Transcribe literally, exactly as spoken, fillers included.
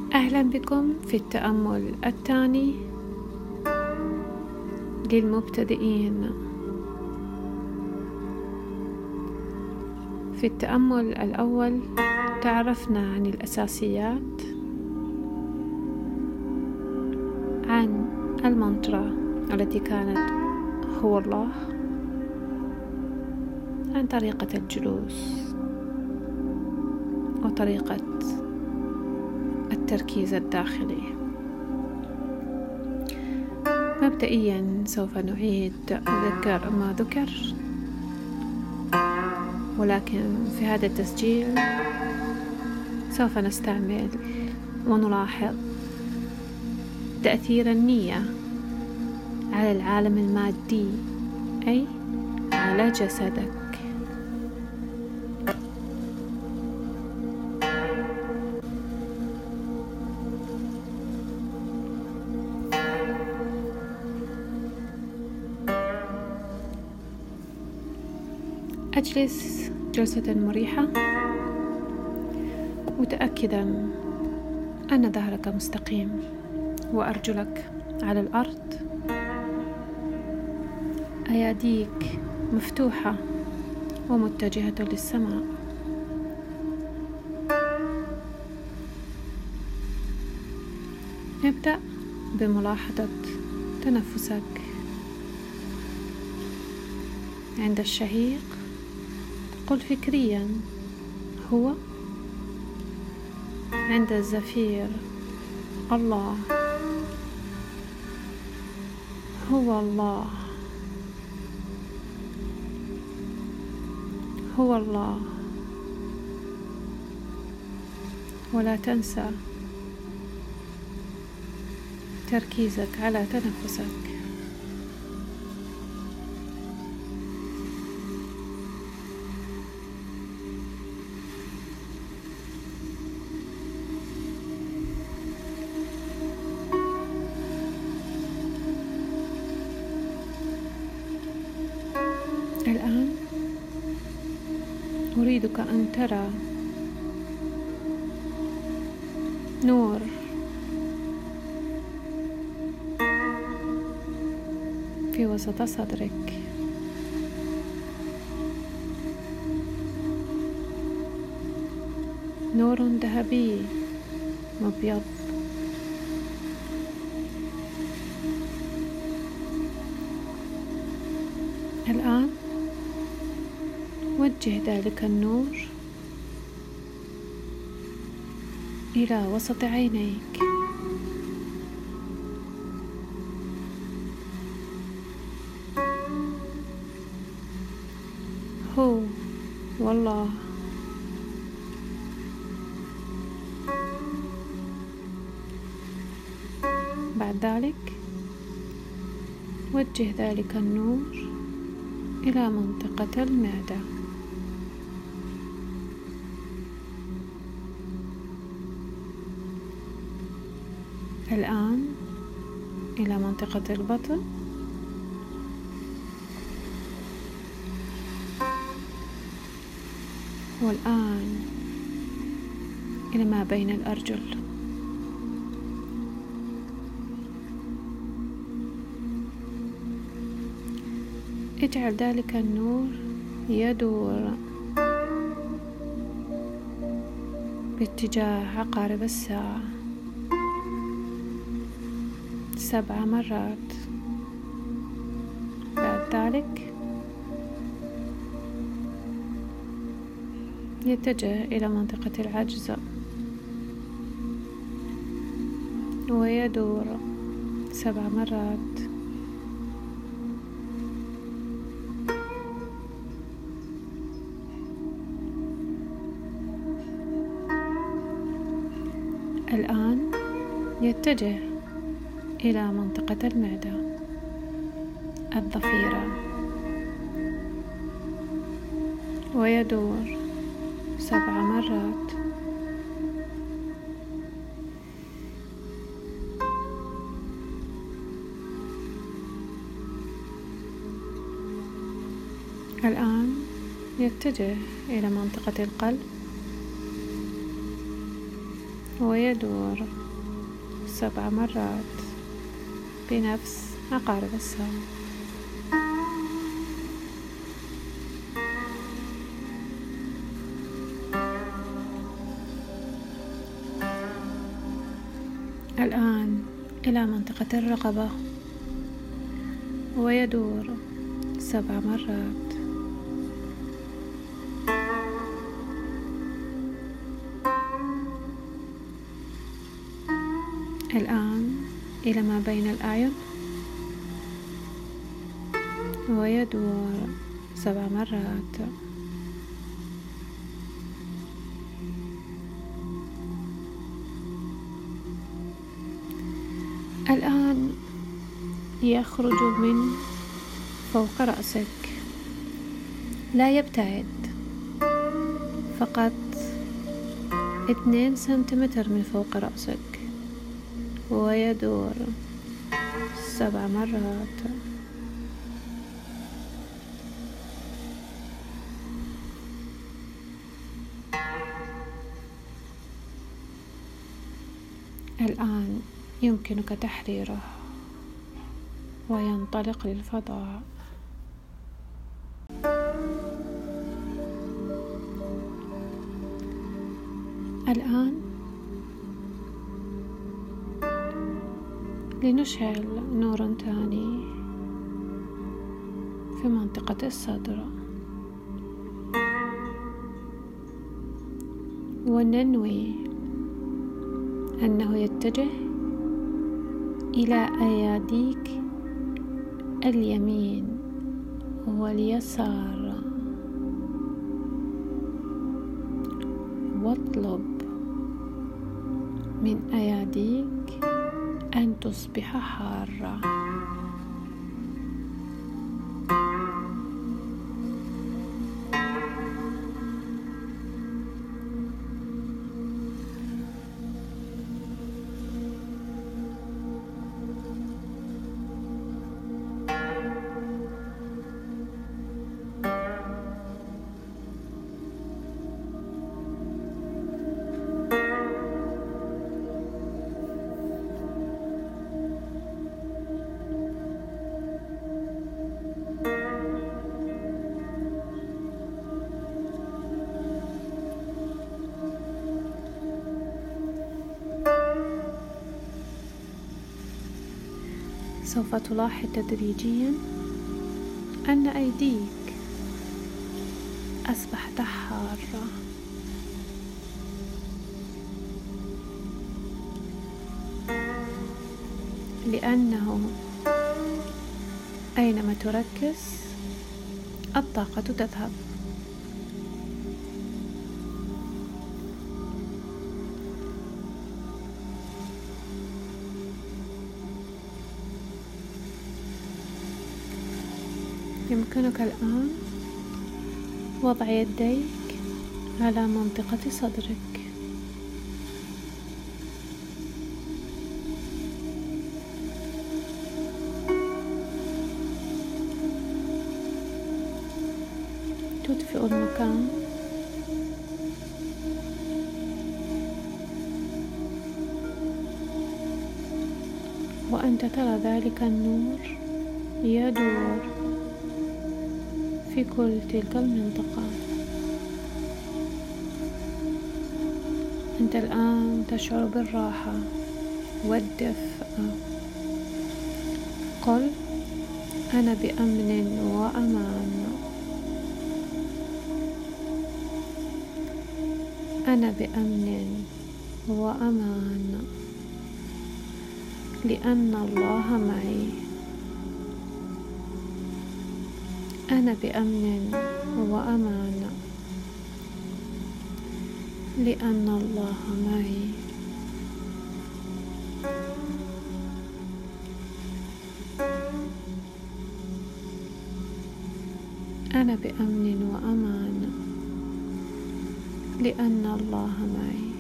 أهلا بكم في التأمل الثاني للمبتدئين. في التأمل الأول تعرفنا عن الأساسيات، عن المانترا التي كانت هو الله، عن طريقة الجلوس وطريقة التركيز الداخلي. مبدئيا سوف نعيد ذكر ما ذكر، ولكن في هذا التسجيل سوف نستعمل ونلاحظ تأثير النية على العالم المادي، أي على جسدك. أجلس جلسة مريحة، متأكدا أن ظهرك مستقيم وأرجلك على الأرض، أياديك مفتوحة ومتجهة للسماء. نبدأ بملاحظة تنفسك. عند الشهيق قل فكريا هو، عند الزفير الله، هو الله، هو الله. ولا تنسى تركيزك على تنفسك. الآن أريدك أن ترى نور في وسط صدرك، نور ذهبي مبيض. الآن وجه ذلك النور إلى وسط عينيك، هو والله. بعد ذلك وجه ذلك النور إلى منطقة المعدة. الآن إلى منطقة البطن، والآن إلى ما بين الأرجل. اجعل ذلك النور يدور باتجاه عقارب الساعة سبع مرات. بعد ذلك يتجه إلى منطقة العجز ويدور سبع مرات. الآن يتجه إلى منطقة المعدة، الضفيرة، ويدور سبع مرات. الآن يتجه إلى منطقة القلب ويدور سبع مرات بنفس عقارب الساعة. الآن إلى منطقة الرقبة ويدور سبع مرات. الآن إلى ما بين الأعين ويدور سبع مرات. الآن يخرج من فوق رأسك، لا يبتعد، فقط اثنين سنتيمتر من فوق رأسك، ويدور سبع مرات. الآن يمكنك تحريره وينطلق للفضاء. الآن لنشعل نور ثاني في منطقة الصدر، وننوي أنه يتجه إلى أياديك اليمين واليسار، واطلب من أياديك أن تصبح حارة. سوف تلاحظ تدريجيا أن أيديك أصبحت حارة، لأنه أينما تركز الطاقة تذهب. يمكنك الآن وضع يديك على منطقة صدرك، تدفئ المكان وأنت ترى ذلك النور يدور في كل تلك المنطقة. أنت الآن تشعر بالراحة والدفء. قل: أنا بأمن وأمان، أنا بأمن وأمان، لأن الله معي. أنا بأمن وأمان، لأن الله معي. أنا بأمن وأمان، لأن الله معي.